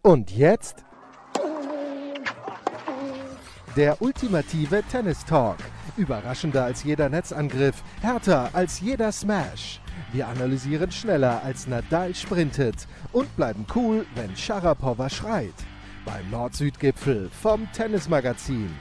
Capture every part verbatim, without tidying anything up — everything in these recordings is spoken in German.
Und jetzt der ultimative Tennis-Talk. Überraschender als jeder Netzangriff, härter als jeder Smash. Wir analysieren schneller als Nadal sprintet und bleiben cool, wenn Sharapova schreit. Beim Nord-Süd-Gipfel vom Tennismagazin.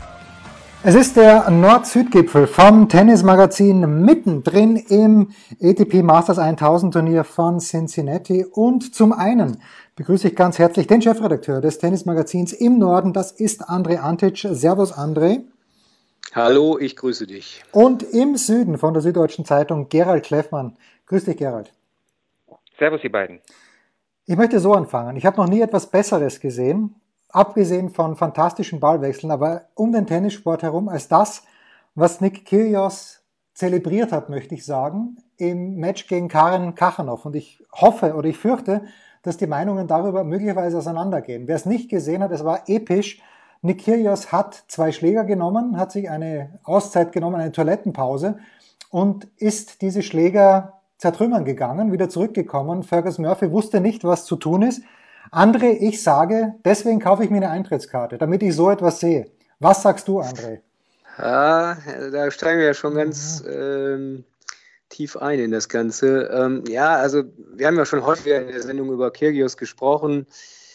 Es ist der Nord-Süd-Gipfel vom Tennismagazin mittendrin im A T P Masters tausend Turnier von Cincinnati. Und zum einen begrüße ich ganz herzlich den Chefredakteur des Tennismagazins im Norden. Das ist André Antic. Servus André. Hallo, ich grüße dich. Und im Süden von der Süddeutschen Zeitung Gerald Kleffmann. Grüß dich, Gerald. Servus, ihr beiden. Ich möchte so anfangen. Ich habe noch nie etwas Besseres gesehen, abgesehen von fantastischen Ballwechseln, aber um den Tennissport herum, als das, was Nick Kyrgios zelebriert hat, möchte ich sagen, im Match gegen Karen Khachanov. Und ich hoffe oder ich fürchte, dass die Meinungen darüber möglicherweise auseinandergehen. Wer es nicht gesehen hat, es war episch. Nick Kyrgios hat zwei Schläger genommen, hat sich eine Auszeit genommen, eine Toilettenpause und ist diese Schläger zertrümmern gegangen, wieder zurückgekommen. Fergus Murphy wusste nicht, was zu tun ist. André, ich sage, deswegen kaufe ich mir eine Eintrittskarte, damit ich so etwas sehe. Was sagst du, André? Ah, da steigen wir ja schon ganz ähm, tief ein in das Ganze. Ähm, ja, also wir haben ja schon häufiger in der Sendung über Kyrgios gesprochen.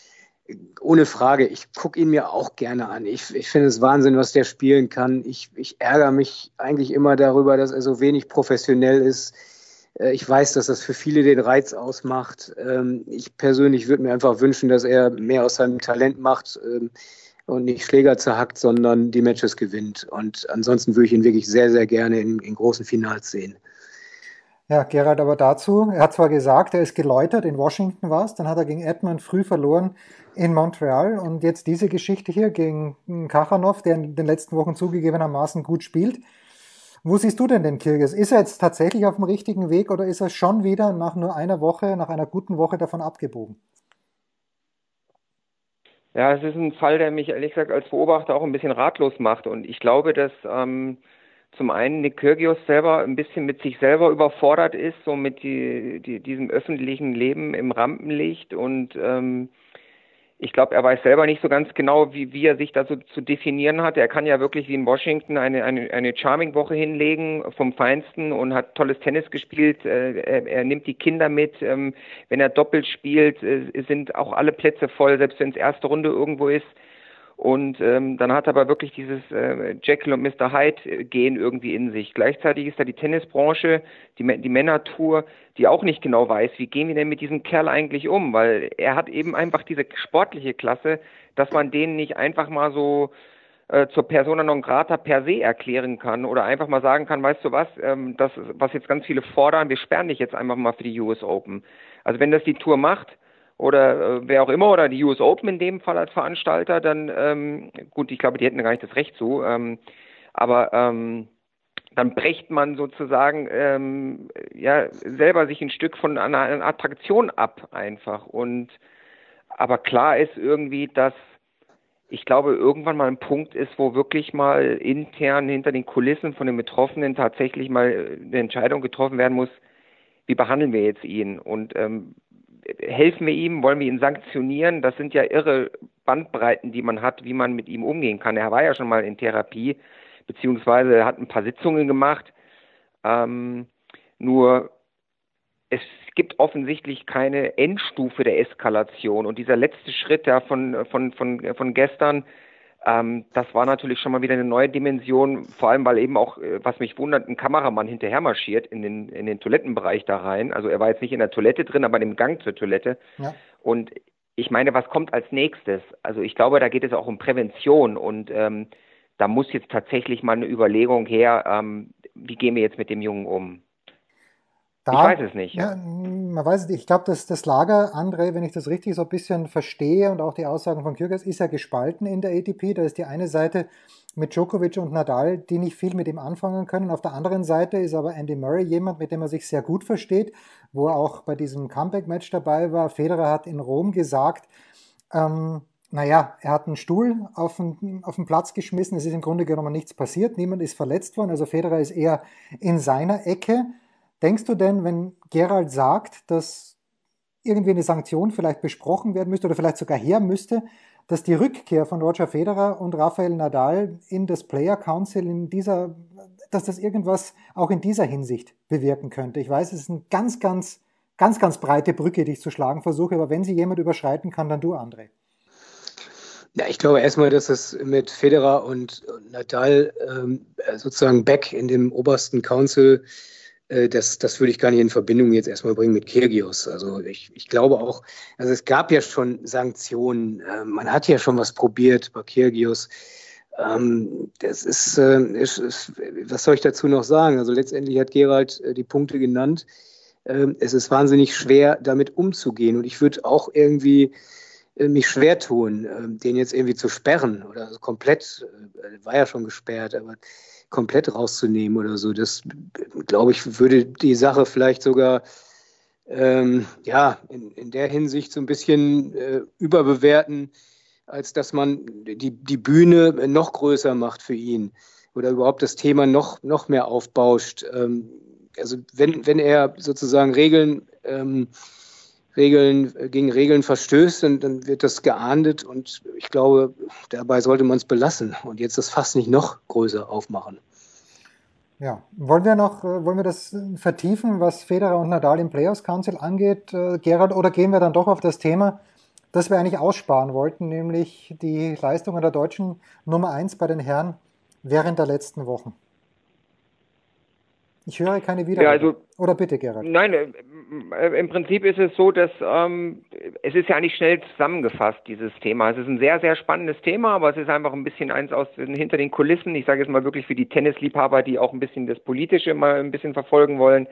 Ohne Frage, ich gucke ihn mir auch gerne an. Ich, ich finde es Wahnsinn, was der spielen kann. Ich, ich ärgere mich eigentlich immer darüber, dass er so wenig professionell ist. Ich weiß, dass das für viele den Reiz ausmacht. Ich persönlich würde mir einfach wünschen, dass er mehr aus seinem Talent macht und nicht Schläger zerhackt, sondern die Matches gewinnt. Und ansonsten würde ich ihn wirklich sehr, sehr gerne in, in großen Finals sehen. Ja, Gerald, aber dazu, er hat zwar gesagt, er ist geläutert, in Washington war es, dann hat er gegen Edmund früh verloren in Montreal und jetzt diese Geschichte hier gegen Khachanov, der in den letzten Wochen zugegebenermaßen gut spielt. Wo siehst du denn den Kyrgios? Ist er jetzt tatsächlich auf dem richtigen Weg oder ist er schon wieder nach nur einer Woche, nach einer guten Woche davon abgebogen? Ja, es ist ein Fall, der mich ehrlich gesagt als Beobachter auch ein bisschen ratlos macht. Und ich glaube, dass ähm, zum einen Nick Kyrgios selber ein bisschen mit sich selber überfordert ist, so mit die, die, diesem öffentlichen Leben im Rampenlicht. Und ähm, ich glaube, er weiß selber nicht so ganz genau, wie, wie er sich da so zu definieren hat. Er kann ja wirklich wie in Washington eine, eine, eine Charming-Woche hinlegen vom Feinsten und hat tolles Tennis gespielt. Er, er nimmt die Kinder mit. Wenn er doppelt spielt, sind auch alle Plätze voll, selbst wenn es erste Runde irgendwo ist. Und ähm, dann hat er aber wirklich dieses äh, Jekyll und Mister Hyde-Gen irgendwie in sich. Gleichzeitig ist da die Tennisbranche, die, die Männertour, die auch nicht genau weiß, wie gehen wir denn mit diesem Kerl eigentlich um, weil er hat eben einfach diese sportliche Klasse, dass man den nicht einfach mal so äh, zur Persona non grata per se erklären kann oder einfach mal sagen kann, weißt du was, ähm, das, was jetzt ganz viele fordern, wir sperren dich jetzt einfach mal für die U S Open. Also wenn das die Tour macht, oder äh, wer auch immer, oder die U S Open in dem Fall als Veranstalter, dann, ähm, gut, ich glaube, die hätten gar nicht das Recht zu, ähm, aber ähm, dann brecht man sozusagen ähm, ja selber sich ein Stück von einer, einer Attraktion ab einfach. Und aber klar ist irgendwie, dass ich glaube, irgendwann mal ein Punkt ist, wo wirklich mal intern hinter den Kulissen von den Betroffenen tatsächlich mal eine Entscheidung getroffen werden muss, wie behandeln wir jetzt ihn? Und ähm, helfen wir ihm, wollen wir ihn sanktionieren? Das sind ja irre Bandbreiten, die man hat, wie man mit ihm umgehen kann. Er war ja schon mal in Therapie, beziehungsweise hat ein paar Sitzungen gemacht. Ähm, nur es gibt offensichtlich keine Endstufe der Eskalation. Und dieser letzte Schritt ja, von, von, von, von gestern, ähm, das war natürlich schon mal wieder eine neue Dimension, vor allem weil eben auch, was mich wundert, ein Kameramann hinterher marschiert in den, in den Toilettenbereich da rein. Also er war jetzt nicht in der Toilette drin, aber im Gang zur Toilette. Ja. Und ich meine, was kommt als nächstes? Also ich glaube, da geht es auch um Prävention und ähm, da muss jetzt tatsächlich mal eine Überlegung her, ähm, wie gehen wir jetzt mit dem Jungen um? Da, ich weiß es nicht. Ja. Ja, man weiß es nicht. Ich glaube, dass das Lager, André, wenn ich das richtig so ein bisschen verstehe und auch die Aussagen von Kyrgios, ist ja gespalten in der A T P. Da ist die eine Seite mit Djokovic und Nadal, die nicht viel mit ihm anfangen können. Auf der anderen Seite ist aber Andy Murray jemand, mit dem er sich sehr gut versteht, wo er auch bei diesem Comeback-Match dabei war. Federer hat in Rom gesagt, ähm, naja, er hat einen Stuhl auf den, auf den Platz geschmissen. Es ist im Grunde genommen nichts passiert. Niemand ist verletzt worden. Also Federer ist eher in seiner Ecke. Denkst du denn, wenn Gerald sagt, dass irgendwie eine Sanktion vielleicht besprochen werden müsste oder vielleicht sogar her müsste, dass die Rückkehr von Roger Federer und Rafael Nadal in das Player Council in dieser, dass das irgendwas auch in dieser Hinsicht bewirken könnte. Ich weiß, es ist eine ganz, ganz, ganz, ganz breite Brücke, die ich zu schlagen versuche, aber wenn sie jemand überschreiten kann, dann du, André. Ja, ich glaube erstmal, dass es mit Federer und Nadal ähm, sozusagen back in dem obersten Council, äh, das, das würde ich gar nicht in Verbindung jetzt erstmal bringen mit Kyrgios. Also ich, ich glaube auch, also es gab ja schon Sanktionen, äh, man hat ja schon was probiert bei Kyrgios. Ähm, das ist, äh, ist, ist, was soll ich dazu noch sagen? Also letztendlich hat Gerald äh, die Punkte genannt. Ähm, es ist wahnsinnig schwer, damit umzugehen. Und ich würde auch irgendwie mich schwer tun, den jetzt irgendwie zu sperren oder komplett, war ja schon gesperrt, aber komplett rauszunehmen oder so. Das, glaube ich, würde die Sache vielleicht sogar ähm, ja, in, in der Hinsicht so ein bisschen äh, überbewerten, als dass man die, die Bühne noch größer macht für ihn oder überhaupt das Thema noch, noch mehr aufbauscht. Ähm, also wenn, wenn er sozusagen Regeln ähm, Regeln, gegen Regeln verstößt, dann, dann wird das geahndet und ich glaube, dabei sollte man es belassen und jetzt das Fass nicht noch größer aufmachen. Ja, wollen wir noch, wollen wir das vertiefen, was Federer und Nadal im Players Council angeht, Gerald, oder gehen wir dann doch auf das Thema, das wir eigentlich aussparen wollten, nämlich die Leistungen der deutschen Nummer eins bei den Herren während der letzten Wochen? Ich höre keine Widerrede. Ja, also, oder bitte, Gerald. Nein, äh, im Prinzip ist es so, dass ähm, es ist ja nicht schnell zusammengefasst, dieses Thema. Es ist ein sehr, sehr spannendes Thema, aber es ist einfach ein bisschen eins aus hinter den Kulissen. Ich sage jetzt mal wirklich für die Tennisliebhaber, die auch ein bisschen das Politische mal ein bisschen verfolgen wollen.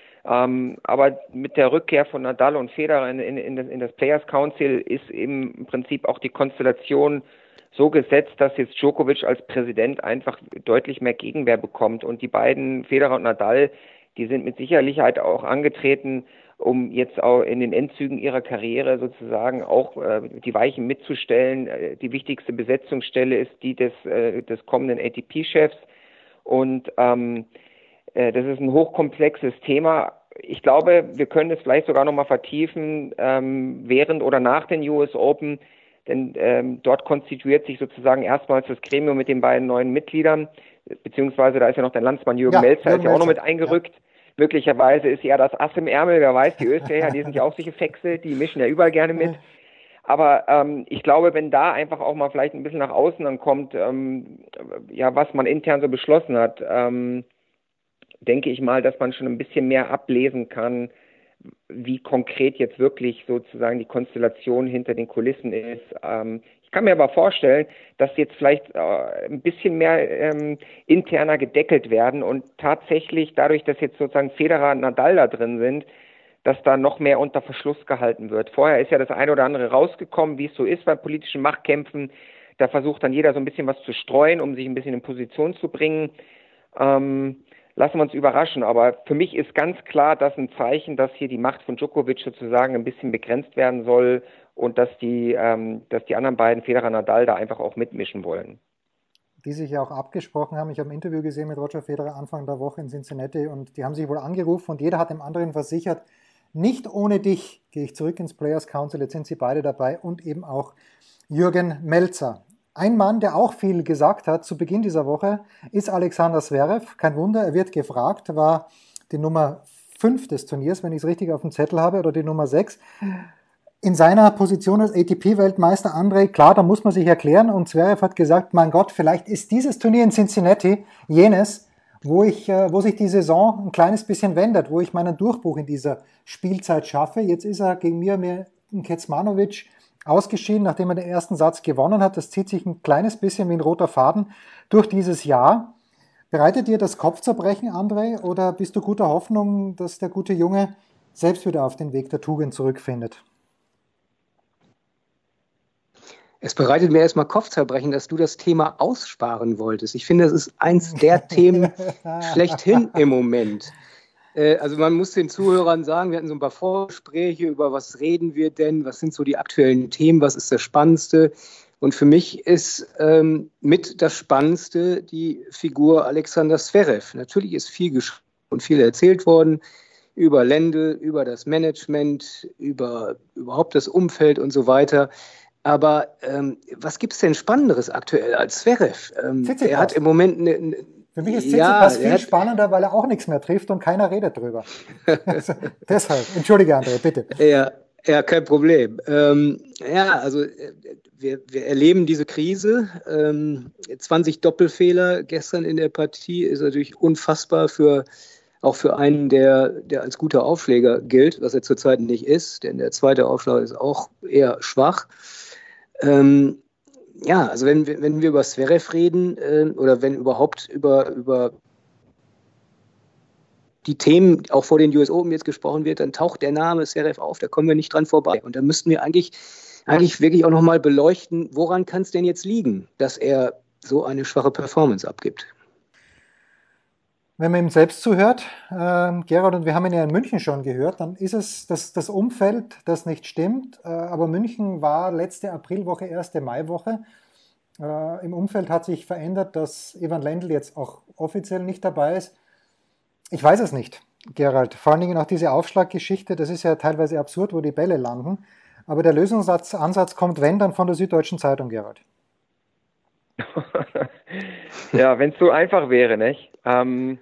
Ähm, aber mit der Rückkehr von Nadal und Federer in, in, in, das, in das Players Council ist eben im Prinzip auch die Konstellation so gesetzt, dass jetzt Djokovic als Präsident einfach deutlich mehr Gegenwehr bekommt. Und die beiden, Federer und Nadal, die sind mit Sicherheit auch angetreten, um jetzt auch in den Endzügen ihrer Karriere sozusagen auch äh, die Weichen mitzustellen. Die wichtigste Besetzungsstelle ist die des, äh, des kommenden A T P-Chefs. Und ähm, äh, das ist ein hochkomplexes Thema. Ich glaube, wir können es vielleicht sogar noch mal vertiefen, ähm, während oder nach den U S Open. Denn ähm, dort konstituiert sich sozusagen erstmals das Gremium mit den beiden neuen Mitgliedern, beziehungsweise da ist ja noch der Landsmann Jürgen ja, Melzer, Jürgen ist ja auch noch mit eingerückt. Ja. Möglicherweise ist er das Ass im Ärmel, wer weiß, die Österreicher, die sind ja auch solche Fexe, die mischen ja überall gerne mit. Aber ähm, ich glaube, wenn da einfach auch mal vielleicht ein bisschen nach außen dann kommt, ähm, ja, was man intern so beschlossen hat, ähm, denke ich mal, dass man schon ein bisschen mehr ablesen kann, wie konkret jetzt wirklich sozusagen die Konstellation hinter den Kulissen ist. Ähm, ich kann mir aber vorstellen, dass jetzt vielleicht äh, ein bisschen mehr ähm, interner gedeckelt werden und tatsächlich dadurch, dass jetzt sozusagen Federer und Nadal da drin sind, dass da noch mehr unter Verschluss gehalten wird. Vorher ist ja das eine oder andere rausgekommen, wie es so ist bei politischen Machtkämpfen. Da versucht dann jeder so ein bisschen was zu streuen, um sich ein bisschen in Position zu bringen. Ähm, Lassen wir uns überraschen, aber für mich ist ganz klar, dass ein Zeichen, dass hier die Macht von Djokovic sozusagen ein bisschen begrenzt werden soll und dass die, ähm, dass die anderen beiden, Federer und Nadal, da einfach auch mitmischen wollen. Die sich ja auch abgesprochen haben. Ich habe ein Interview gesehen mit Roger Federer Anfang der Woche in Cincinnati und die haben sich wohl angerufen und jeder hat dem anderen versichert, nicht ohne dich gehe ich zurück ins Players Council, jetzt sind sie beide dabei und eben auch Jürgen Melzer. Ein Mann, der auch viel gesagt hat zu Beginn dieser Woche, ist Alexander Zverev. Kein Wunder, er wird gefragt, war die Nummer fünf des Turniers, wenn ich es richtig auf dem Zettel habe, oder die Nummer sechs. In seiner Position als A T P-Weltmeister, André, klar, da muss man sich erklären. Und Zverev hat gesagt, mein Gott, vielleicht ist dieses Turnier in Cincinnati jenes, wo, ich, wo sich die Saison ein kleines bisschen wendet, wo ich meinen Durchbruch in dieser Spielzeit schaffe. Jetzt ist er gegen mir, mir Kecmanovic ausgeschieden, nachdem er den ersten Satz gewonnen hat. Das zieht sich ein kleines bisschen wie ein roter Faden durch dieses Jahr. Bereitet dir das Kopfzerbrechen, André, oder bist du guter Hoffnung, dass der gute Junge selbst wieder auf den Weg der Tugend zurückfindet? Es bereitet mir erstmal Kopfzerbrechen, dass du das Thema aussparen wolltest. Ich finde, das ist eins der Themen schlechthin im Moment. Also man muss den Zuhörern sagen, wir hatten so ein paar Vorgespräche über was reden wir denn, was sind so die aktuellen Themen, was ist das Spannendste. Und für mich ist ähm, mit das Spannendste die Figur Alexander Zverev. Natürlich ist viel geschrieben und viel erzählt worden über Lendl, über das Management, über überhaupt das Umfeld und so weiter. Aber ähm, was gibt es denn Spannenderes aktuell als Zverev? Ähm, der hat im Moment eine, eine Für mich ist ja, Tsitsipas viel hat, spannender, weil er auch nichts mehr trifft und keiner redet drüber. Also, deshalb, entschuldige André, bitte. ja, ja, kein Problem. Ähm, ja, also äh, wir, wir erleben diese Krise. Ähm, zwanzig Doppelfehler gestern in der Partie ist natürlich unfassbar für auch für einen, der, der als guter Aufschläger gilt, was er zurzeit nicht ist, denn der zweite Aufschlag ist auch eher schwach. Ähm, ja, also wenn, wir- wenn wir über Zverev reden äh, oder wenn überhaupt über, über die Themen auch vor den U S Open jetzt gesprochen wird, dann taucht der Name Zverev auf, da kommen wir nicht dran vorbei. Und da müssten wir eigentlich, eigentlich wirklich auch nochmal beleuchten, woran kann es denn jetzt liegen, dass er so eine schwache Performance abgibt. Wenn man ihm selbst zuhört, äh, Gerald, und wir haben ihn ja in München schon gehört, dann ist es das, das Umfeld, das nicht stimmt. Äh, aber München war letzte Aprilwoche, erste Maiwoche. Äh, Im Umfeld hat sich verändert, dass Ivan Lendl jetzt auch offiziell nicht dabei ist. Ich weiß es nicht, Gerald. Vor allen Dingen auch diese Aufschlaggeschichte, das ist ja teilweise absurd, wo die Bälle landen. Aber der Lösungsansatz kommt, wenn, dann von der Süddeutschen Zeitung, Gerald. Ja, wenn es so einfach wäre, nicht? Ähm,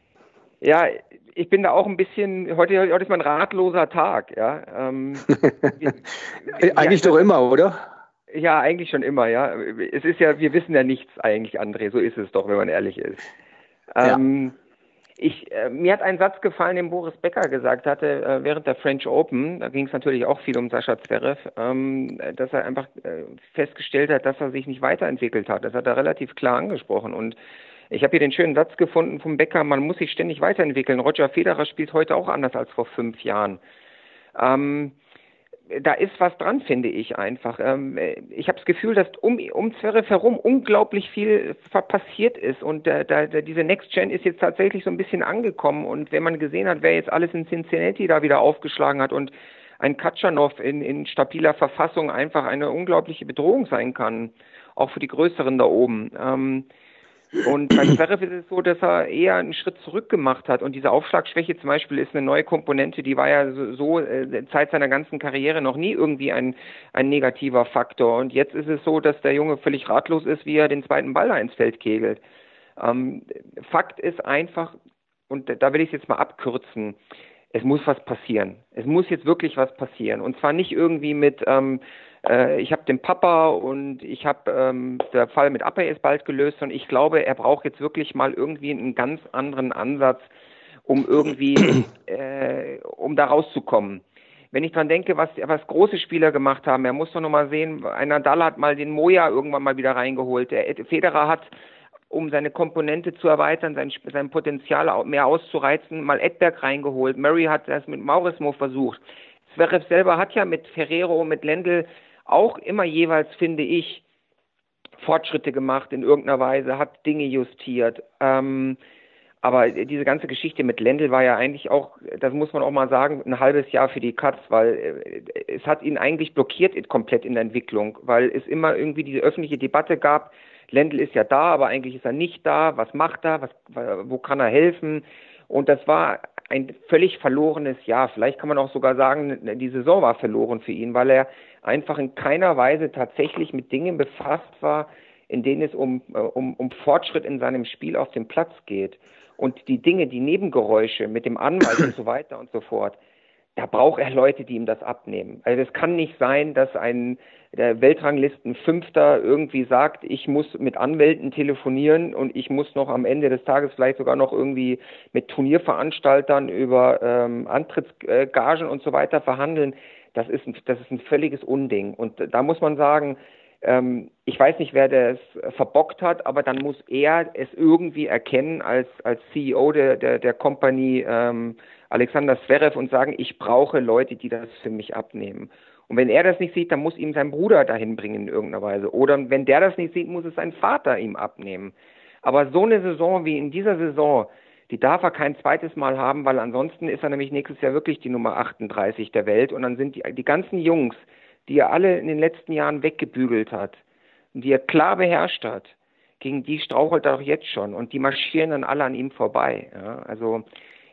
ja, ich bin da auch ein bisschen, heute, heute ist mein ratloser Tag, ja. Ähm, wir, wir, Eigentlich ja, doch immer, oder? Ja, eigentlich schon immer, ja. Es ist ja, wir wissen ja nichts eigentlich, André, so ist es doch, wenn man ehrlich ist. Ja. Ähm, ich, äh, mir hat ein Satz gefallen, den Boris Becker gesagt hatte, äh, während der French Open, da ging es natürlich auch viel um Sascha Zverev, ähm, dass er einfach äh, festgestellt hat, dass er sich nicht weiterentwickelt hat. Das hat er relativ klar angesprochen. Und ich habe hier den schönen Satz gefunden vom Becker, man muss sich ständig weiterentwickeln. Roger Federer spielt heute auch anders als vor fünf Jahren. Ähm, Da ist was dran, finde ich einfach. Ähm, ich habe das Gefühl, dass um, um Zverev herum unglaublich viel passiert ist und äh, da, da, diese Next Gen ist jetzt tatsächlich so ein bisschen angekommen und wenn man gesehen hat, wer jetzt alles in Cincinnati da wieder aufgeschlagen hat und ein Katschanov in, in stabiler Verfassung einfach eine unglaubliche Bedrohung sein kann, auch für die Größeren da oben. Ähm, Und bei Zverev ist es so, dass er eher einen Schritt zurück gemacht hat. Und diese Aufschlagschwäche zum Beispiel ist eine neue Komponente, die war ja so, so äh, Zeit seiner ganzen Karriere noch nie irgendwie ein, ein negativer Faktor. Und jetzt ist es so, dass der Junge völlig ratlos ist, wie er den zweiten Ball da ins Feld kegelt. Ähm, Fakt ist einfach, und da will ich es jetzt mal abkürzen, es muss was passieren. Es muss jetzt wirklich was passieren. Und zwar nicht irgendwie mit, ähm, äh, ich habe den Papa und ich habe, ähm, der Fall mit Ape ist bald gelöst und ich glaube, er braucht jetzt wirklich mal irgendwie einen ganz anderen Ansatz, um irgendwie, äh, um da rauszukommen. Wenn ich dran denke, was, was große Spieler gemacht haben, er muss doch noch mal sehen, ein Nadal hat mal den Moya irgendwann mal wieder reingeholt. Der Federer hat, um seine Komponente zu erweitern, sein, sein Potenzial mehr auszureizen, mal Edberg reingeholt. Murray hat das mit Mauresmo versucht. Zverev selber hat ja mit Ferrero, mit Lendl auch immer jeweils, finde ich, Fortschritte gemacht in irgendeiner Weise, hat Dinge justiert. Ähm, aber diese ganze Geschichte mit Lendl war ja eigentlich auch, das muss man auch mal sagen, ein halbes Jahr für die Katz, weil es hat ihn eigentlich blockiert komplett in der Entwicklung, weil es immer irgendwie diese öffentliche Debatte gab, Lendl ist ja da, aber eigentlich ist er nicht da, was macht er, was, wo kann er helfen? Und das war ein völlig verlorenes Jahr. Vielleicht kann man auch sogar sagen, die Saison war verloren für ihn, weil er einfach in keiner Weise tatsächlich mit Dingen befasst war, in denen es um, um, um Fortschritt in seinem Spiel auf dem Platz geht. Und die Dinge, die Nebengeräusche mit dem Anwalt und so weiter und so fort, da braucht er Leute, die ihm das abnehmen. Also es kann nicht sein, dass ein der Weltranglisten-Fünfter irgendwie sagt, ich muss mit Anwälten telefonieren und ich muss noch am Ende des Tages vielleicht sogar noch irgendwie mit Turnierveranstaltern über ähm, Antrittsgagen und so weiter verhandeln. Das ist, ein, das ist ein völliges Unding. Und da muss man sagen, ähm, ich weiß nicht, wer das verbockt hat, aber dann muss er es irgendwie erkennen als, als C E O der, der, der Company ähm, Alexander Zverev und sagen, ich brauche Leute, die das für mich abnehmen. Und wenn er das nicht sieht, dann muss ihm sein Bruder dahin bringen in irgendeiner Weise. Oder wenn der das nicht sieht, muss es sein Vater ihm abnehmen. Aber so eine Saison wie in dieser Saison, die darf er kein zweites Mal haben, weil ansonsten ist er nämlich nächstes Jahr wirklich die Nummer achtunddreißig der Welt. Und dann sind die, die ganzen Jungs, die er alle in den letzten Jahren weggebügelt hat, die er klar beherrscht hat, gegen die strauchelt er doch jetzt schon. Und die marschieren dann alle an ihm vorbei. Ja, also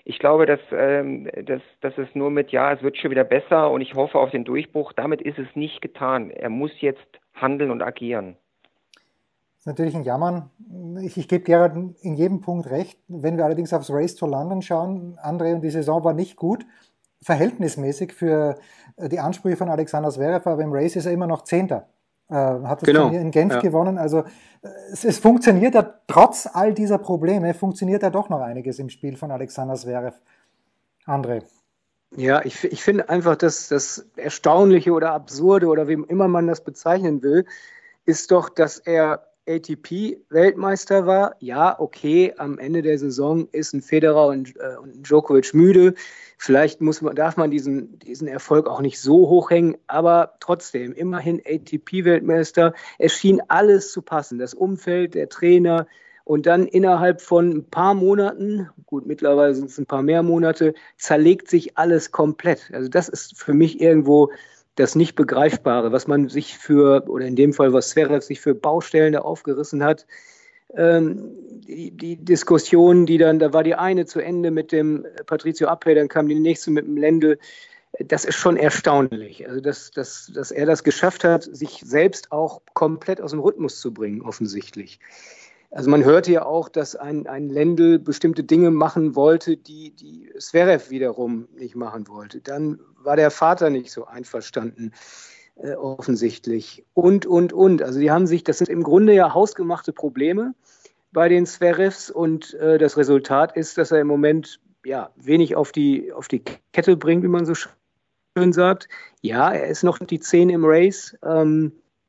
ich glaube, dass, ähm, dass, dass es nur mit, ja, es wird schon wieder besser und ich hoffe auf den Durchbruch, damit ist es nicht getan. Er muss jetzt handeln und agieren. Das ist natürlich ein Jammern. Ich, ich gebe Gerhard in jedem Punkt recht. Wenn wir allerdings aufs Race to London schauen, André, und die Saison war nicht gut, verhältnismäßig für die Ansprüche von Alexander Zverev, aber im Race ist er immer noch Zehnter. Äh, hat das Genau. Turnier in Genf Ja. gewonnen. Also es, es funktioniert ja, trotz all dieser Probleme, funktioniert ja doch noch einiges im Spiel von Alexander Zverev. André. Ja, ich, ich finde einfach, dass das Erstaunliche oder Absurde oder wie immer man das bezeichnen will, ist doch, dass er A T P-Weltmeister war. Ja, okay, am Ende der Saison ist ein Federer und, äh, und ein Djokovic müde. Vielleicht muss man, darf man diesen, diesen Erfolg auch nicht so hochhängen, aber trotzdem, immerhin A T P-Weltmeister. Es schien alles zu passen. Das Umfeld, der Trainer und dann innerhalb von ein paar Monaten, gut, mittlerweile sind es ein paar mehr Monate, zerlegt sich alles komplett. Also das ist für mich irgendwo das nicht Begreifbare, was man sich für, oder in dem Fall, was Zverev sich für Baustellen da aufgerissen hat. Ähm, die, die Diskussion, die dann, da war die eine zu Ende mit dem Patricio Appel, dann kam die nächste mit dem Lendl. Das ist schon erstaunlich. Also, dass, dass, dass er das geschafft hat, sich selbst auch komplett aus dem Rhythmus zu bringen, offensichtlich. Also man hörte ja auch, dass ein, ein Lendl bestimmte Dinge machen wollte, die, die Zverev wiederum nicht machen wollte. Dann war der Vater nicht so einverstanden, äh, offensichtlich. Und, und, und. Also die haben sich, das sind im Grunde ja hausgemachte Probleme bei den Zverevs und äh, das Resultat ist, dass er im Moment ja wenig auf die, auf die Kette bringt, wie man so schön sagt. Ja, er ist noch die zehn im Race, ähm,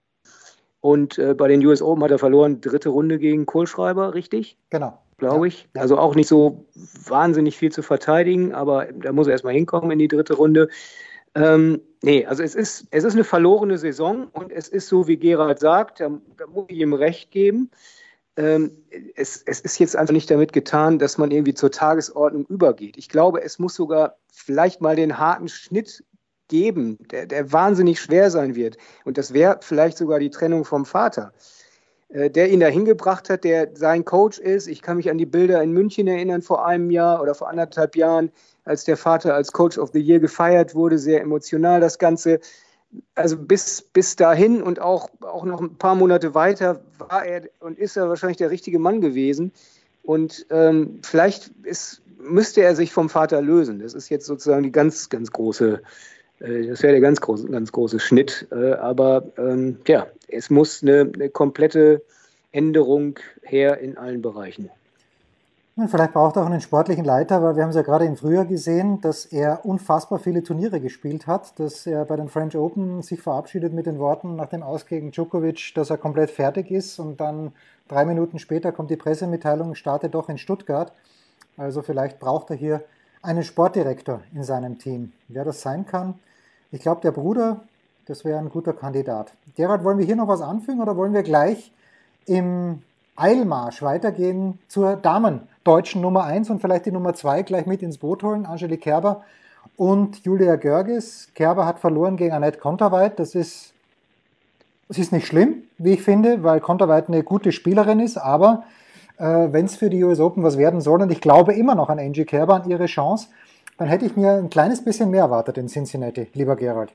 und äh, bei den U S Open hat er verloren, dritte Runde gegen Kohlschreiber, richtig? Genau. Glaube ich. Ja. Also auch nicht so wahnsinnig viel zu verteidigen, aber da muss er erstmal hinkommen in die dritte Runde. Ähm, nee, also es ist, es ist eine verlorene Saison und es ist so, wie Gerald sagt, da, da muss ich ihm recht geben. Ähm, es, es ist jetzt einfach nicht damit getan, dass man irgendwie zur Tagesordnung übergeht. Ich glaube, es muss sogar vielleicht mal den harten Schnitt geben, der, der wahnsinnig schwer sein wird. Und das wäre vielleicht sogar die Trennung vom Vater, äh, der ihn dahin gebracht hat, der sein Coach ist. Ich kann mich an die Bilder in München erinnern vor einem Jahr oder vor anderthalb Jahren, als der Vater als Coach of the Year gefeiert wurde, sehr emotional das Ganze. Also bis, bis dahin und auch, auch noch ein paar Monate weiter war er und ist er wahrscheinlich der richtige Mann gewesen. Und ähm, vielleicht ist, müsste er sich vom Vater lösen. Das ist jetzt sozusagen die ganz, ganz große Das wäre der ganz große, ganz große Schnitt. Aber ähm, ja, es muss eine, eine komplette Änderung her in allen Bereichen. Und vielleicht braucht er auch einen sportlichen Leiter, weil wir haben es ja gerade im Frühjahr gesehen, dass er unfassbar viele Turniere gespielt hat, dass er bei den French Open sich verabschiedet mit den Worten nach dem Aus gegen Djokovic, dass er komplett fertig ist und dann drei Minuten später kommt die Pressemitteilung, starte doch in Stuttgart. Also vielleicht braucht er hier einen Sportdirektor in seinem Team. Wer das sein kann, ich glaube, der Bruder, das wäre ein guter Kandidat. Gerhard, wollen wir hier noch was anfügen oder wollen wir gleich im Eilmarsch weitergehen zur Damen-deutschen Nummer eins und vielleicht die Nummer zwei gleich mit ins Boot holen, Angelique Kerber und Julia Görges. Kerber hat verloren gegen Anett Kontaveit. Das ist, das ist nicht schlimm, wie ich finde, weil Kontaveit eine gute Spielerin ist, aber äh, wenn es für die U S Open was werden soll, und ich glaube immer noch an Angie Kerber, an ihre Chance, dann hätte ich mir ein kleines bisschen mehr erwartet in Cincinnati, lieber Gerald.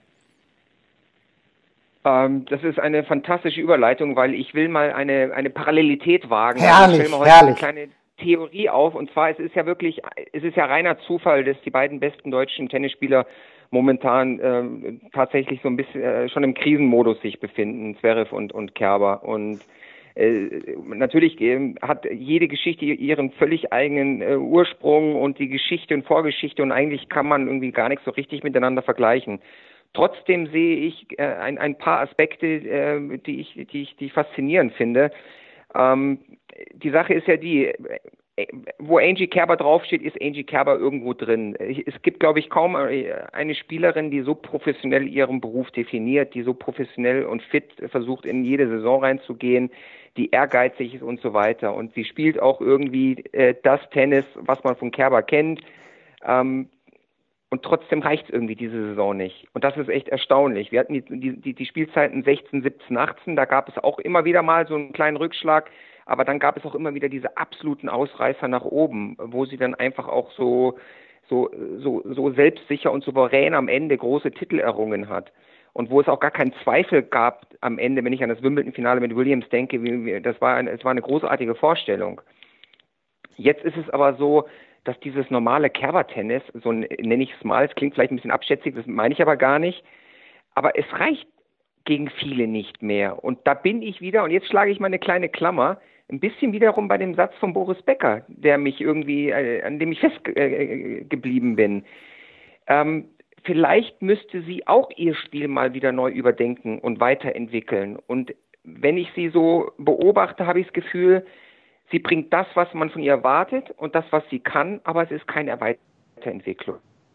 Ähm, das ist eine fantastische Überleitung, weil ich will mal eine, eine Parallelität wagen. Herrlich, ich stelle mal heute herrlich. eine kleine Theorie auf, und zwar, es ist ja wirklich, es ist ja reiner Zufall, dass die beiden besten deutschen Tennisspieler momentan ähm, tatsächlich so ein bisschen äh, schon im Krisenmodus sich befinden, Zverev und, und Kerber. Und äh, natürlich äh, hat jede Geschichte ihren völlig eigenen äh, Ursprung und die Geschichte und Vorgeschichte, und eigentlich kann man irgendwie gar nicht so richtig miteinander vergleichen. Trotzdem sehe ich äh, ein, ein paar Aspekte, äh, die ich, die ich, die ich faszinierend finde. Ähm, die Sache ist ja die, äh, wo Angie Kerber draufsteht, ist Angie Kerber irgendwo drin. Es gibt, glaube ich, kaum eine Spielerin, die so professionell ihren Beruf definiert, die so professionell und fit versucht, in jede Saison reinzugehen, die ehrgeizig ist und so weiter. Und sie spielt auch irgendwie äh, das Tennis, was man von Kerber kennt. Ähm, Und trotzdem reicht es irgendwie diese Saison nicht. Und das ist echt erstaunlich. Wir hatten die, die, die Spielzeiten sechzehn, siebzehn, achtzehn, da gab es auch immer wieder mal so einen kleinen Rückschlag. aber dann gab es auch immer wieder diese absoluten Ausreißer nach oben, wo sie dann einfach auch so, so, so, so selbstsicher und souverän am Ende große Titel errungen hat. Und wo es auch gar keinen Zweifel gab am Ende, wenn ich an das Wimbledon-Finale mit Williams denke, wie, wie, das war, ein, es war eine großartige Vorstellung. Jetzt ist es aber so, dass dieses normale Kerber-Tennis, so nenne ich es mal, es klingt vielleicht ein bisschen abschätzig, das meine ich aber gar nicht, aber es reicht gegen viele nicht mehr. Und da bin ich wieder, und jetzt schlage ich mal eine kleine Klammer, ein bisschen wiederum bei dem Satz von Boris Becker, der mich irgendwie, äh, an dem ich festgeblieben äh, bin. Ähm, vielleicht müsste sie auch ihr Spiel mal wieder neu überdenken und weiterentwickeln. Und wenn ich sie so beobachte, habe ich das Gefühl, sie bringt das, was man von ihr erwartet und das, was sie kann, aber es ist keine Weiterentwicklung.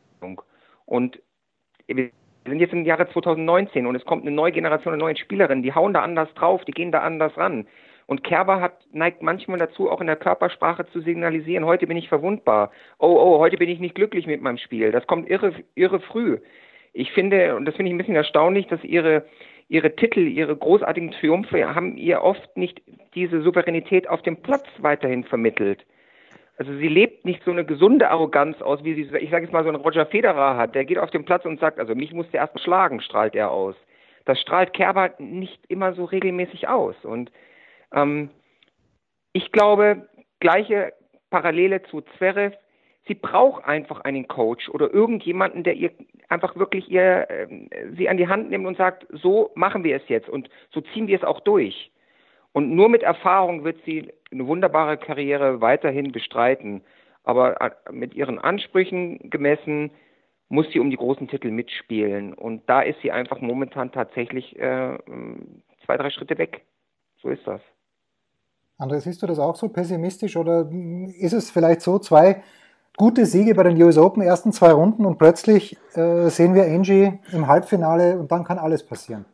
Und wir sind jetzt im Jahre zwanzig neunzehn und es kommt eine neue Generation, eine neue Spielerin, die hauen da anders drauf, die gehen da anders ran. Und Kerber hat, neigt manchmal dazu, auch in der Körpersprache zu signalisieren, heute bin ich verwundbar. Oh, oh, heute bin ich nicht glücklich mit meinem Spiel. Das kommt irre, irre früh. Ich finde, und das finde ich ein bisschen erstaunlich, dass ihre, ihre Titel, ihre großartigen Triumphe haben ihr oft nicht diese Souveränität auf dem Platz weiterhin vermittelt. Also sie lebt nicht so eine gesunde Arroganz aus, wie sie, ich sage jetzt mal, so ein Roger Federer hat. Der geht auf den Platz und sagt, also mich muss der erst schlagen, strahlt er aus. Das strahlt Kerber nicht immer so regelmäßig aus. Und ähm, ich glaube, gleiche Parallele zu Zverev, sie braucht einfach einen Coach oder irgendjemanden, der ihr einfach wirklich ihr, äh, sie an die Hand nimmt und sagt, so machen wir es jetzt und so ziehen wir es auch durch. Und nur mit Erfahrung wird sie eine wunderbare Karriere weiterhin bestreiten. Aber mit ihren Ansprüchen gemessen muss sie um die großen Titel mitspielen. Und da ist sie einfach momentan tatsächlich äh, zwei, drei Schritte weg. So ist das. André, siehst du das auch so pessimistisch oder ist es vielleicht so, zwei gute Siege bei den U S Open, ersten zwei Runden und plötzlich äh, sehen wir Angie im Halbfinale und dann kann alles passieren?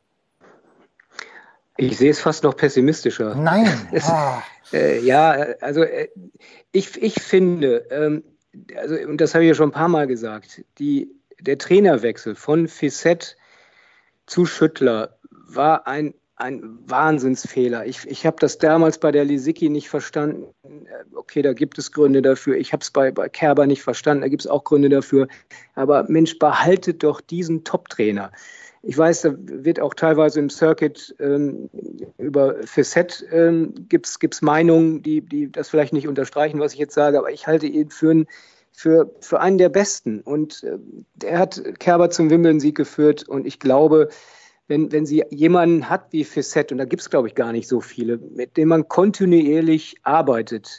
Ich sehe es fast noch pessimistischer. Nein. Es, ah. äh, ja, also äh, ich, ich finde, ähm, also, und das habe ich ja schon ein paar Mal gesagt, die, der Trainerwechsel von Fissette zu Schüttler war ein, ein Wahnsinnsfehler. Ich, ich habe das damals bei der Lisicki nicht verstanden. Okay, da gibt es Gründe dafür. Ich habe es bei, bei Kerber nicht verstanden. Da gibt es auch Gründe dafür. Aber Mensch, behaltet doch diesen Top-Trainer. Ich weiß, da wird auch teilweise im Circuit ähm, über Fissette ähm, gibt es Meinungen, die, die das vielleicht nicht unterstreichen, was ich jetzt sage, aber ich halte ihn für, ein, für, für einen der Besten. Und äh, der hat Kerber zum Wimbledon-Sieg geführt und ich glaube, wenn, wenn sie jemanden hat wie Fissette, und da gibt es, glaube ich, gar nicht so viele, mit dem man kontinuierlich arbeitet,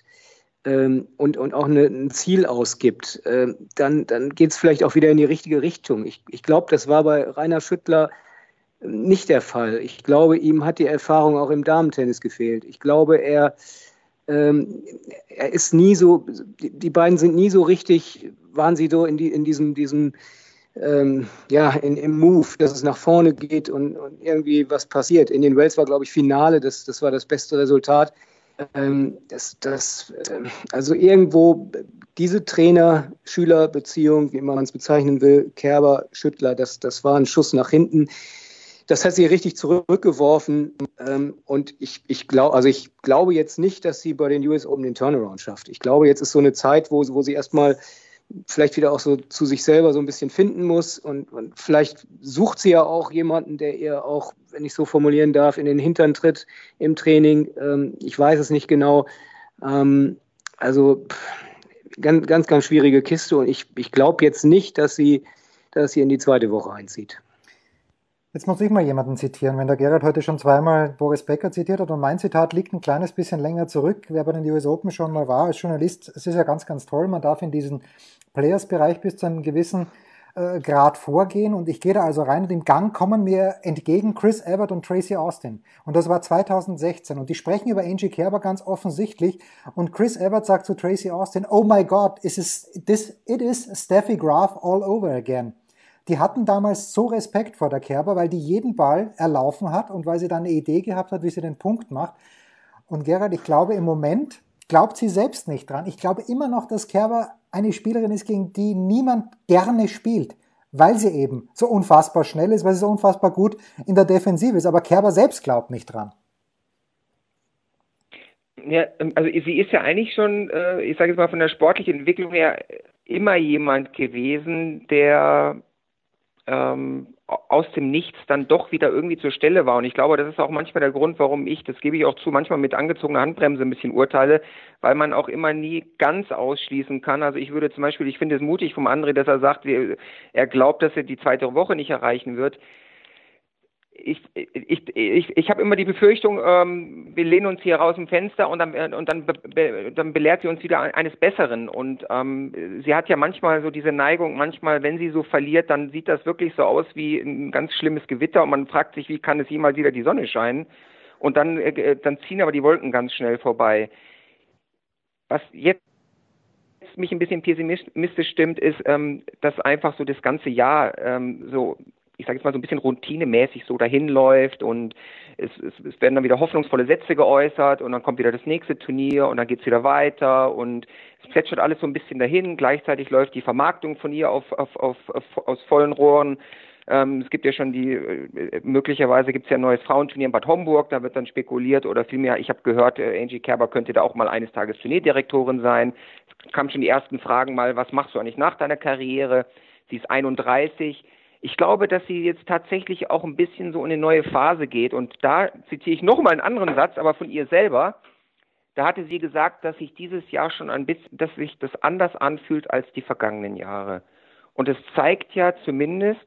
Und, und auch eine, ein Ziel ausgibt, äh, dann, dann geht es vielleicht auch wieder in die richtige Richtung. Ich, ich glaube, das war bei Rainer Schüttler nicht der Fall. Ich glaube, ihm hat die Erfahrung auch im Damentennis gefehlt. Ich glaube, er, ähm, er ist nie so, die, die beiden sind nie so richtig, waren sie so in, die, in diesem, diesem ähm, ja, in, im Move, dass es nach vorne geht und, und irgendwie was passiert. In den Wales war, glaube ich, Finale, das, das war das beste Resultat. Das, das, also irgendwo diese Trainer-Schüler-Beziehung, wie man es bezeichnen will, Kerber, Schüttler, das, das war ein Schuss nach hinten. Das hat sie richtig zurückgeworfen. Und ich, ich, glaub, also ich glaube jetzt nicht, dass sie bei den U S Open den Turnaround schafft. Ich glaube, jetzt ist so eine Zeit, wo, wo sie erstmal vielleicht wieder auch so zu sich selber so ein bisschen finden muss. Und, und vielleicht sucht sie ja auch jemanden, der ihr auch, wenn ich so formulieren darf, in den Hintern tritt im Training. Ähm, ich weiß es nicht genau. Ähm, also pff, ganz, ganz, ganz schwierige Kiste. Und ich, ich glaube jetzt nicht, dass sie, dass sie in die zweite Woche einzieht. Jetzt muss ich mal jemanden zitieren. Wenn der Gerhard heute schon zweimal Boris Becker zitiert hat und mein Zitat liegt ein kleines bisschen länger zurück, wer bei den U S Open schon mal war als Journalist, es ist ja ganz, ganz toll. Man darf in diesen Players-Bereich bis zu einem gewissen äh, Grad vorgehen und ich gehe da also rein und im Gang kommen mir entgegen Chris Evert und Tracy Austin und das war zweitausendsechzehn und die sprechen über Angie Kerber ganz offensichtlich und Chris Evert sagt zu Tracy Austin, oh my God, it is, this, it is Steffi Graf all over again. Die hatten damals so Respekt vor der Kerber, weil die jeden Ball erlaufen hat und weil sie dann eine Idee gehabt hat, wie sie den Punkt macht. Und Gerhard, ich glaube im Moment, glaubt sie selbst nicht dran. Ich glaube immer noch, dass Kerber eine Spielerin ist, gegen die niemand gerne spielt, weil sie eben so unfassbar schnell ist, weil sie so unfassbar gut in der Defensive ist. Aber Kerber selbst glaubt nicht dran. Ja, also sie ist ja eigentlich schon, äh, ich sage jetzt mal von der sportlichen Entwicklung her, immer jemand gewesen, der ähm, aus dem Nichts dann doch wieder irgendwie zur Stelle war. Und ich glaube, das ist auch manchmal der Grund, warum ich, das gebe ich auch zu, manchmal mit angezogener Handbremse ein bisschen urteile, weil man auch immer nie ganz ausschließen kann. Also ich würde zum Beispiel, ich finde es mutig vom André, dass er sagt, er glaubt, dass er die zweite Woche nicht erreichen wird. Ich, ich, ich, ich habe immer die Befürchtung, ähm, wir lehnen uns hier raus dem Fenster und dann, und dann, be, dann belehrt sie uns wieder eines Besseren. Und ähm, sie hat ja manchmal so diese Neigung, manchmal, wenn sie so verliert, dann sieht das wirklich so aus wie ein ganz schlimmes Gewitter und man fragt sich, wie kann es jemals wieder die Sonne scheinen? Und dann, äh, dann ziehen aber die Wolken ganz schnell vorbei. Was jetzt mich ein bisschen pessimistisch stimmt, ist, ähm, dass einfach so das ganze Jahr ähm, so, ich sage jetzt mal so ein bisschen routinemäßig so dahin läuft und es, es, es werden dann wieder hoffnungsvolle Sätze geäußert und dann kommt wieder das nächste Turnier und dann geht's wieder weiter und es plätschert alles so ein bisschen dahin. Gleichzeitig läuft die Vermarktung von ihr auf, auf, auf, auf aus vollen Rohren. Ähm, es gibt ja schon die, äh, möglicherweise gibt es ja ein neues Frauenturnier in Bad Homburg, da wird dann spekuliert oder vielmehr, ich habe gehört, äh, Angie Kerber könnte da auch mal eines Tages Turnierdirektorin sein. Es kamen schon die ersten Fragen mal, was machst du eigentlich nach deiner Karriere? Sie ist einunddreißig. Ich glaube, dass sie jetzt tatsächlich auch ein bisschen so in eine neue Phase geht und da zitiere ich nochmal einen anderen Satz, aber von ihr selber. Da hatte sie gesagt, dass sich dieses Jahr schon ein bisschen, dass sich das anders anfühlt als die vergangenen Jahre. Und es zeigt ja zumindest,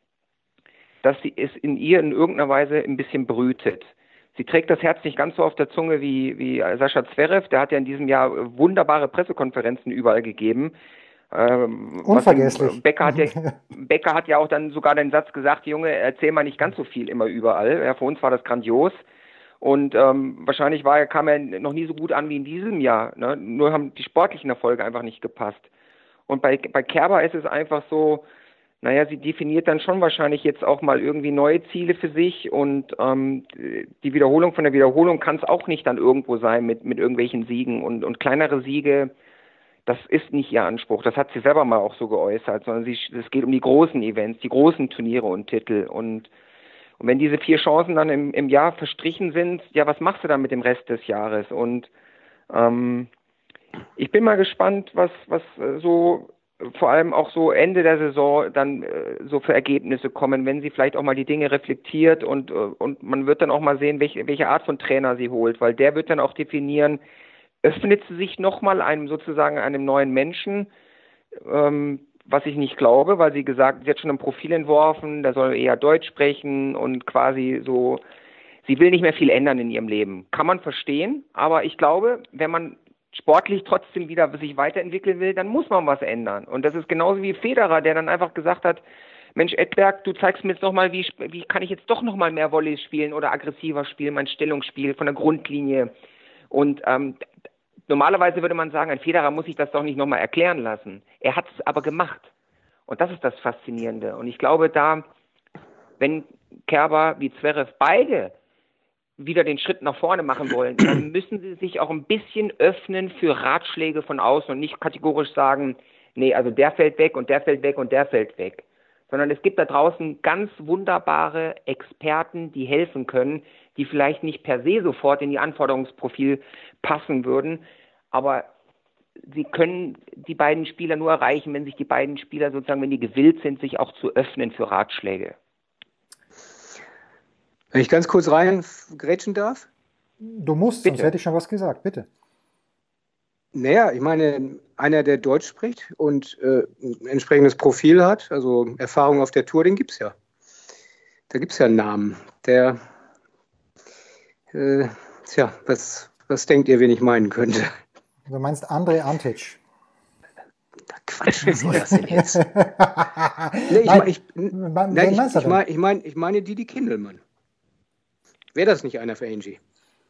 dass sie es in ihr in irgendeiner Weise ein bisschen brütet. Sie trägt das Herz nicht ganz so auf der Zunge wie, wie Sascha Zverev. Der hat ja in diesem Jahr wunderbare Pressekonferenzen überall gegeben. Ähm, Unvergesslich. Becker hat, ja, Becker hat ja auch dann sogar den Satz gesagt, Junge, erzähl mal nicht ganz so viel immer überall. Ja, für uns war das grandios. Und ähm, wahrscheinlich war er, kam er noch nie so gut an wie in diesem Jahr. Ne? Nur haben die sportlichen Erfolge einfach nicht gepasst. Und bei, bei Kerber ist es einfach so, naja, sie definiert dann schon wahrscheinlich jetzt auch mal irgendwie neue Ziele für sich und ähm, die Wiederholung von der Wiederholung kann es auch nicht dann irgendwo sein mit, mit irgendwelchen Siegen und, und kleinere Siege, das ist nicht ihr Anspruch, das hat sie selber mal auch so geäußert, sondern sie, es geht um die großen Events, die großen Turniere und Titel und, und wenn diese vier Chancen dann im, im Jahr verstrichen sind, ja, was machst du dann mit dem Rest des Jahres und ähm, ich bin mal gespannt, was, was so vor allem auch so Ende der Saison dann äh, so für Ergebnisse kommen, wenn sie vielleicht auch mal die Dinge reflektiert und, äh, und man wird dann auch mal sehen, welche, welche Art von Trainer sie holt, weil der wird dann auch definieren, öffnet sie sich nochmal einem sozusagen einem neuen Menschen, ähm, was ich nicht glaube, weil sie gesagt, sie hat schon ein Profil entworfen, da soll eher Deutsch sprechen und quasi so, sie will nicht mehr viel ändern in ihrem Leben. Kann man verstehen, aber ich glaube, wenn man sportlich trotzdem wieder sich weiterentwickeln will, dann muss man was ändern. Und das ist genauso wie Federer, der dann einfach gesagt hat, Mensch, Edberg, du zeigst mir jetzt nochmal, wie, wie kann ich jetzt doch nochmal mehr Volley spielen oder aggressiver spielen, mein Stellungsspiel von der Grundlinie. Und ähm, normalerweise würde man sagen, ein Federer muss sich das doch nicht nochmal erklären lassen. Er hat es aber gemacht. Und das ist das Faszinierende. Und ich glaube, da, wenn Kerber wie Zverev beide wieder den Schritt nach vorne machen wollen, dann müssen sie sich auch ein bisschen öffnen für Ratschläge von außen und nicht kategorisch sagen, nee, also der fällt weg und der fällt weg und der fällt weg. Sondern es gibt da draußen ganz wunderbare Experten, die helfen können, die vielleicht nicht per se sofort in ihr Anforderungsprofil passen würden, aber sie können die beiden Spieler nur erreichen, wenn sich die beiden Spieler sozusagen, wenn die gewillt sind, sich auch zu öffnen für Ratschläge. Wenn ich ganz kurz rein grätschen darf? Du musst, Bitte. Sonst hätte ich schon was gesagt, bitte. Naja, ich meine, einer, der Deutsch spricht und äh, ein entsprechendes Profil hat, also Erfahrung auf der Tour, den gibt es ja. Da gibt es ja einen Namen. Der, äh, tja, was, was denkt ihr, wen ich meinen könnte? Du meinst André Antic. Quatsch, wer soll das denn jetzt? nee, ich, Nein, ich, nein, nein, wen ich, meinst du ich, denn? mein, ich, mein, ich meine Didi Kindelmann. Wäre das nicht einer für Angie?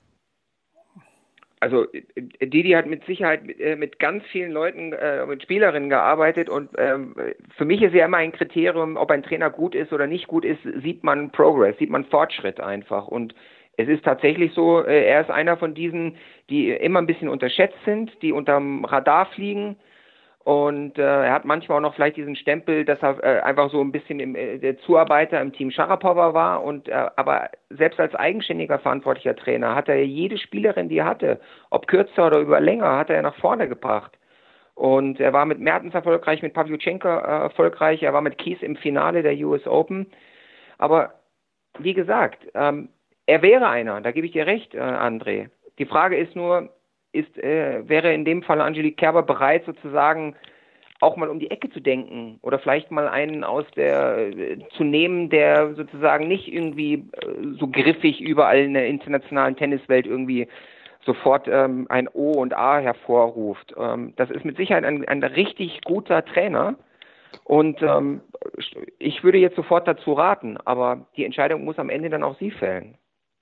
Also Didi hat mit Sicherheit mit, äh, mit ganz vielen Leuten, äh, mit Spielerinnen gearbeitet und ähm, für mich ist ja immer ein Kriterium, ob ein Trainer gut ist oder nicht gut ist, sieht man Progress, sieht man Fortschritt einfach und es ist tatsächlich so, äh, er ist einer von diesen, die immer ein bisschen unterschätzt sind, die unterm Radar fliegen Und äh, er hat manchmal auch noch vielleicht diesen Stempel, dass er äh, einfach so ein bisschen im, äh, der Zuarbeiter im Team Sharapova war. Und äh, aber selbst als eigenständiger verantwortlicher Trainer hat er jede Spielerin, die er hatte, ob kürzer oder über länger, hat er nach vorne gebracht. Und er war mit Mertens erfolgreich, mit Pavlyuchenko äh, erfolgreich, er war mit Keys im Finale der U S Open. Aber wie gesagt, ähm, er wäre einer, da gebe ich dir recht, äh, André. Die Frage ist nur, ist, äh, wäre in dem Fall Angelique Kerber bereit, sozusagen auch mal um die Ecke zu denken oder vielleicht mal einen aus der äh, zu nehmen, der sozusagen nicht irgendwie äh, so griffig überall in der internationalen Tenniswelt irgendwie sofort ähm, ein O und A hervorruft. Ähm, das ist mit Sicherheit ein, ein richtig guter Trainer und ähm, ich würde jetzt sofort dazu raten, aber die Entscheidung muss am Ende dann auch sie fällen.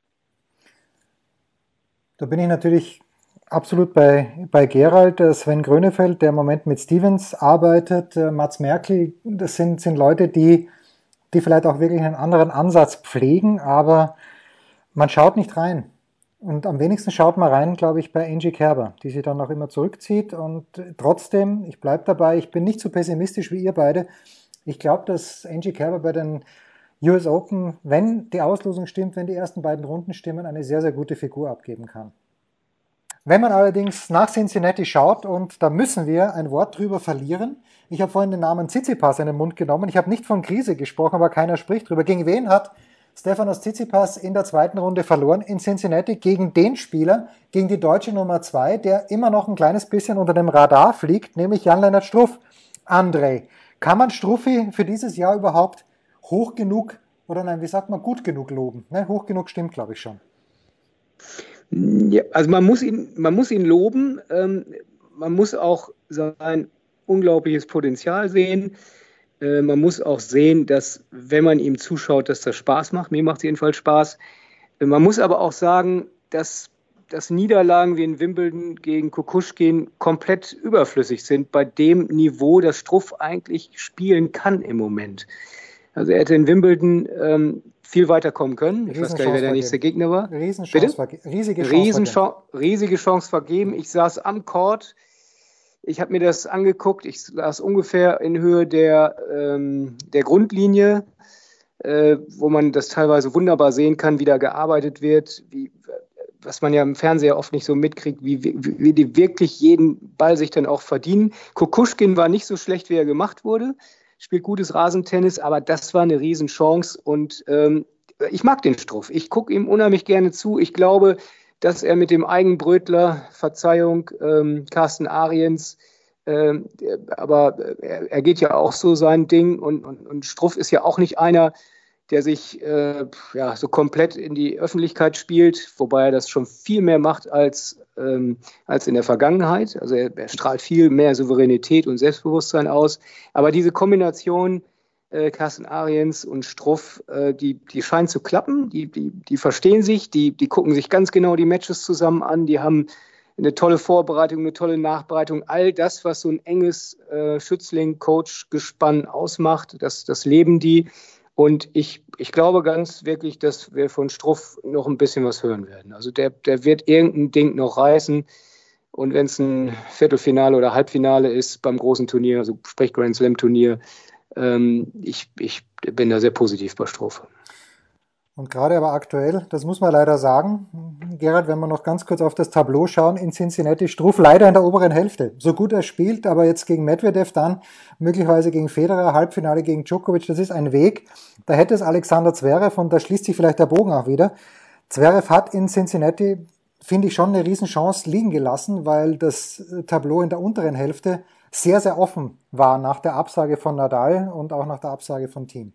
Da bin ich natürlich absolut bei, bei Gerald. Sven Grönefeld, der im Moment mit Stevens arbeitet, Mats Merkel, das sind, sind Leute, die, die vielleicht auch wirklich einen anderen Ansatz pflegen, aber man schaut nicht rein. Und am wenigsten schaut man rein, glaube ich, bei Angie Kerber, die sich dann auch immer zurückzieht. Und trotzdem, ich bleibe dabei, ich bin nicht so pessimistisch wie ihr beide. Ich glaube, dass Angie Kerber bei den U S Open, wenn die Auslosung stimmt, wenn die ersten beiden Runden stimmen, eine sehr, sehr gute Figur abgeben kann. Wenn man allerdings nach Cincinnati schaut, und da müssen wir ein Wort drüber verlieren, ich habe vorhin den Namen Tsitsipas in den Mund genommen, ich habe nicht von Krise gesprochen, aber keiner spricht drüber. Gegen wen hat Stefanos Tsitsipas in der zweiten Runde verloren? In Cincinnati gegen den Spieler, gegen die deutsche Nummer zwei, der immer noch ein kleines bisschen unter dem Radar fliegt, nämlich Jan-Lennart Struff. André, kann man Struffi für dieses Jahr überhaupt hoch genug, oder nein, wie sagt man, gut genug loben? Ne, hoch genug stimmt, glaube ich, schon. Ja, also man muss ihn, man muss ihn loben, ähm, man muss auch sein unglaubliches Potenzial sehen. Äh, man muss auch sehen, dass, wenn man ihm zuschaut, dass das Spaß macht. Mir macht es jedenfalls Spaß. Äh, man muss aber auch sagen, dass, dass Niederlagen wie in Wimbledon gegen Kukushkin komplett überflüssig sind bei dem Niveau, das Struff eigentlich spielen kann im Moment. Also er hätte in Wimbledon ähm, viel weiter kommen können. Ich weiß gar nicht, wer der nächste Gegner war. Riesenchance vergeben. Riesige Chance Riesenchance, riesige Chance vergeben. Ich saß am Court. Ich habe mir das angeguckt. Ich saß ungefähr in Höhe der, ähm, der Grundlinie, äh, wo man das teilweise wunderbar sehen kann, wie da gearbeitet wird, wie, was man ja im Fernseher oft nicht so mitkriegt, wie, wie, wie die wirklich jeden Ball sich dann auch verdienen. Kukushkin war nicht so schlecht, wie er gemacht wurde. Spielt gutes Rasentennis, aber das war eine Riesenchance und ähm, ich mag den Struff. Ich gucke ihm unheimlich gerne zu. Ich glaube, dass er mit dem Eigenbrötler, Verzeihung, ähm, Carsten Ariens, ähm, aber er, er geht ja auch so sein Ding und, und, und Struff ist ja auch nicht einer, der sich äh, ja, so komplett in die Öffentlichkeit spielt, wobei er das schon viel mehr macht als, ähm, als in der Vergangenheit. Also er, er strahlt viel mehr Souveränität und Selbstbewusstsein aus. Aber diese Kombination äh, Carsten Ariens und Struff, äh, die, die scheint zu klappen, die, die, die verstehen sich, die, die gucken sich ganz genau die Matches zusammen an, die haben eine tolle Vorbereitung, eine tolle Nachbereitung, all das, was so ein enges äh, Schützling-Coach-Gespann ausmacht, das, das leben die. Und ich, ich glaube ganz wirklich, dass wir von Struff noch ein bisschen was hören werden. Also der, der wird irgendein Ding noch reißen. Und wenn es ein Viertelfinale oder Halbfinale ist beim großen Turnier, also sprich Grand Slam Turnier, ähm, ich, ich bin da sehr positiv bei Struff. Und gerade aber aktuell, das muss man leider sagen, Gerhard, wenn wir noch ganz kurz auf das Tableau schauen, in Cincinnati, Struff leider in der oberen Hälfte. So gut er spielt, aber jetzt gegen Medvedev, dann möglicherweise gegen Federer, Halbfinale gegen Djokovic, das ist ein Weg. Da hätte es Alexander Zverev, und da schließt sich vielleicht der Bogen auch wieder. Zverev hat in Cincinnati, finde ich, schon eine Riesenchance liegen gelassen, weil das Tableau in der unteren Hälfte sehr, sehr offen war nach der Absage von Nadal und auch nach der Absage von Thiem.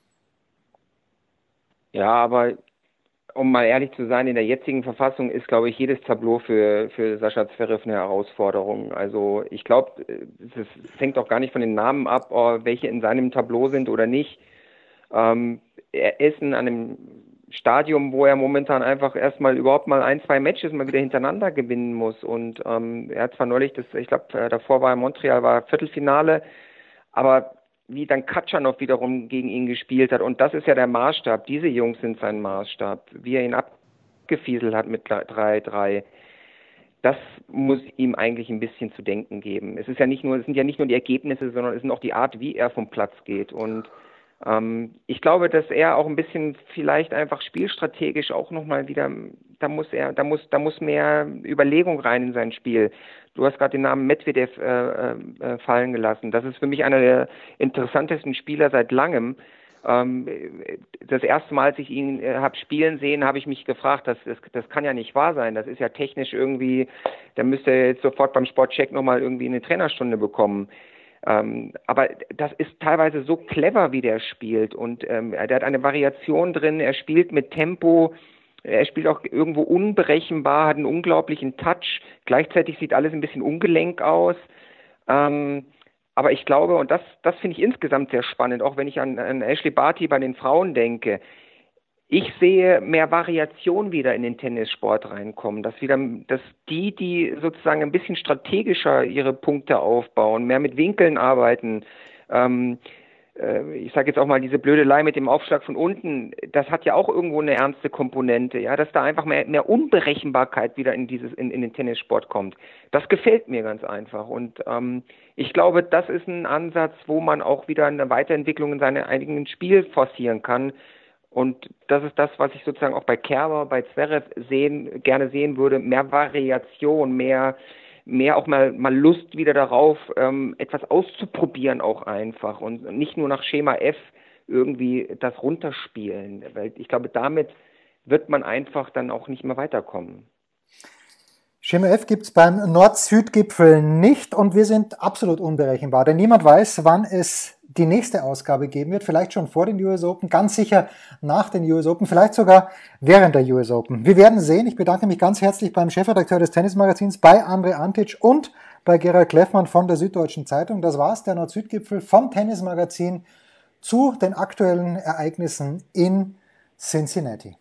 Ja, aber um mal ehrlich zu sein, in der jetzigen Verfassung ist, glaube ich, jedes Tableau für, für Sascha Zverev eine Herausforderung. Also ich glaube, es hängt auch gar nicht von den Namen ab, welche in seinem Tableau sind oder nicht. Ähm, er ist in einem Stadium, wo er momentan einfach erstmal überhaupt mal ein, zwei Matches mal wieder hintereinander gewinnen muss. Und ähm, er hat zwar neulich, das, ich glaube, davor war in Montreal, war Viertelfinale, aber wie dann Katschanov wiederum gegen ihn gespielt hat. Und das ist ja der Maßstab. Diese Jungs sind sein Maßstab. Wie er ihn abgefieselt hat mit drei drei. das muss ihm eigentlich ein bisschen zu denken geben. Es ist ja nicht nur, es sind ja nicht nur die Ergebnisse, sondern es ist auch die Art, wie er vom Platz geht. Und ähm, ich glaube, dass er auch ein bisschen vielleicht einfach spielstrategisch auch nochmal wieder, da muss er, da muss, da muss mehr Überlegung rein in sein Spiel. Du hast gerade den Namen Medvedev äh, äh, fallen gelassen. Das ist für mich einer der interessantesten Spieler seit langem. Ähm, das erste Mal, als ich ihn äh, habe spielen sehen, habe ich mich gefragt, das, das, das kann ja nicht wahr sein. Das ist ja technisch irgendwie, da müsste er jetzt sofort beim Sportcheck nochmal irgendwie eine Trainerstunde bekommen. Ähm, aber das ist teilweise so clever, wie der spielt. Und ähm, der hat eine Variation drin, er spielt mit Tempo, er spielt auch irgendwo unberechenbar, hat einen unglaublichen Touch. Gleichzeitig sieht alles ein bisschen ungelenk aus. Ähm, Aber ich glaube, und das, das finde ich insgesamt sehr spannend, auch wenn ich an, an Ashley Barty bei den Frauen denke, ich sehe mehr Variation wieder in den Tennissport reinkommen, dass wieder, dass die, die sozusagen ein bisschen strategischer ihre Punkte aufbauen, mehr mit Winkeln arbeiten, ähm, äh, ich sage jetzt auch mal diese Blödelei mit dem Aufschlag von unten, das hat ja auch irgendwo eine ernste Komponente, ja, dass da einfach mehr, mehr Unberechenbarkeit wieder in dieses, in, in den Tennissport kommt. Das gefällt mir ganz einfach und ähm, ich glaube, das ist ein Ansatz, wo man auch wieder eine Weiterentwicklung in seinem eigenen Spiel forcieren kann. Und das ist das, was ich sozusagen auch bei Kerber, bei Zverev sehen, gerne sehen würde, mehr Variation, mehr, mehr auch mal, mal Lust wieder darauf, ähm, etwas auszuprobieren auch einfach und nicht nur nach Schema F irgendwie das runterspielen, weil ich glaube, damit wird man einfach dann auch nicht mehr weiterkommen. Schema F gibt es beim Nord-Süd-Gipfel nicht und wir sind absolut unberechenbar, denn niemand weiß, wann es die nächste Ausgabe geben wird, vielleicht schon vor den U S Open, ganz sicher nach den U S Open, vielleicht sogar während der U S Open. Wir werden sehen. Ich bedanke mich ganz herzlich beim Chefredakteur des Tennismagazins, bei Andre Antic und bei Gerald Kleffmann von der Süddeutschen Zeitung. Das war's, der Nord-Süd-Gipfel vom Tennismagazin zu den aktuellen Ereignissen in Cincinnati.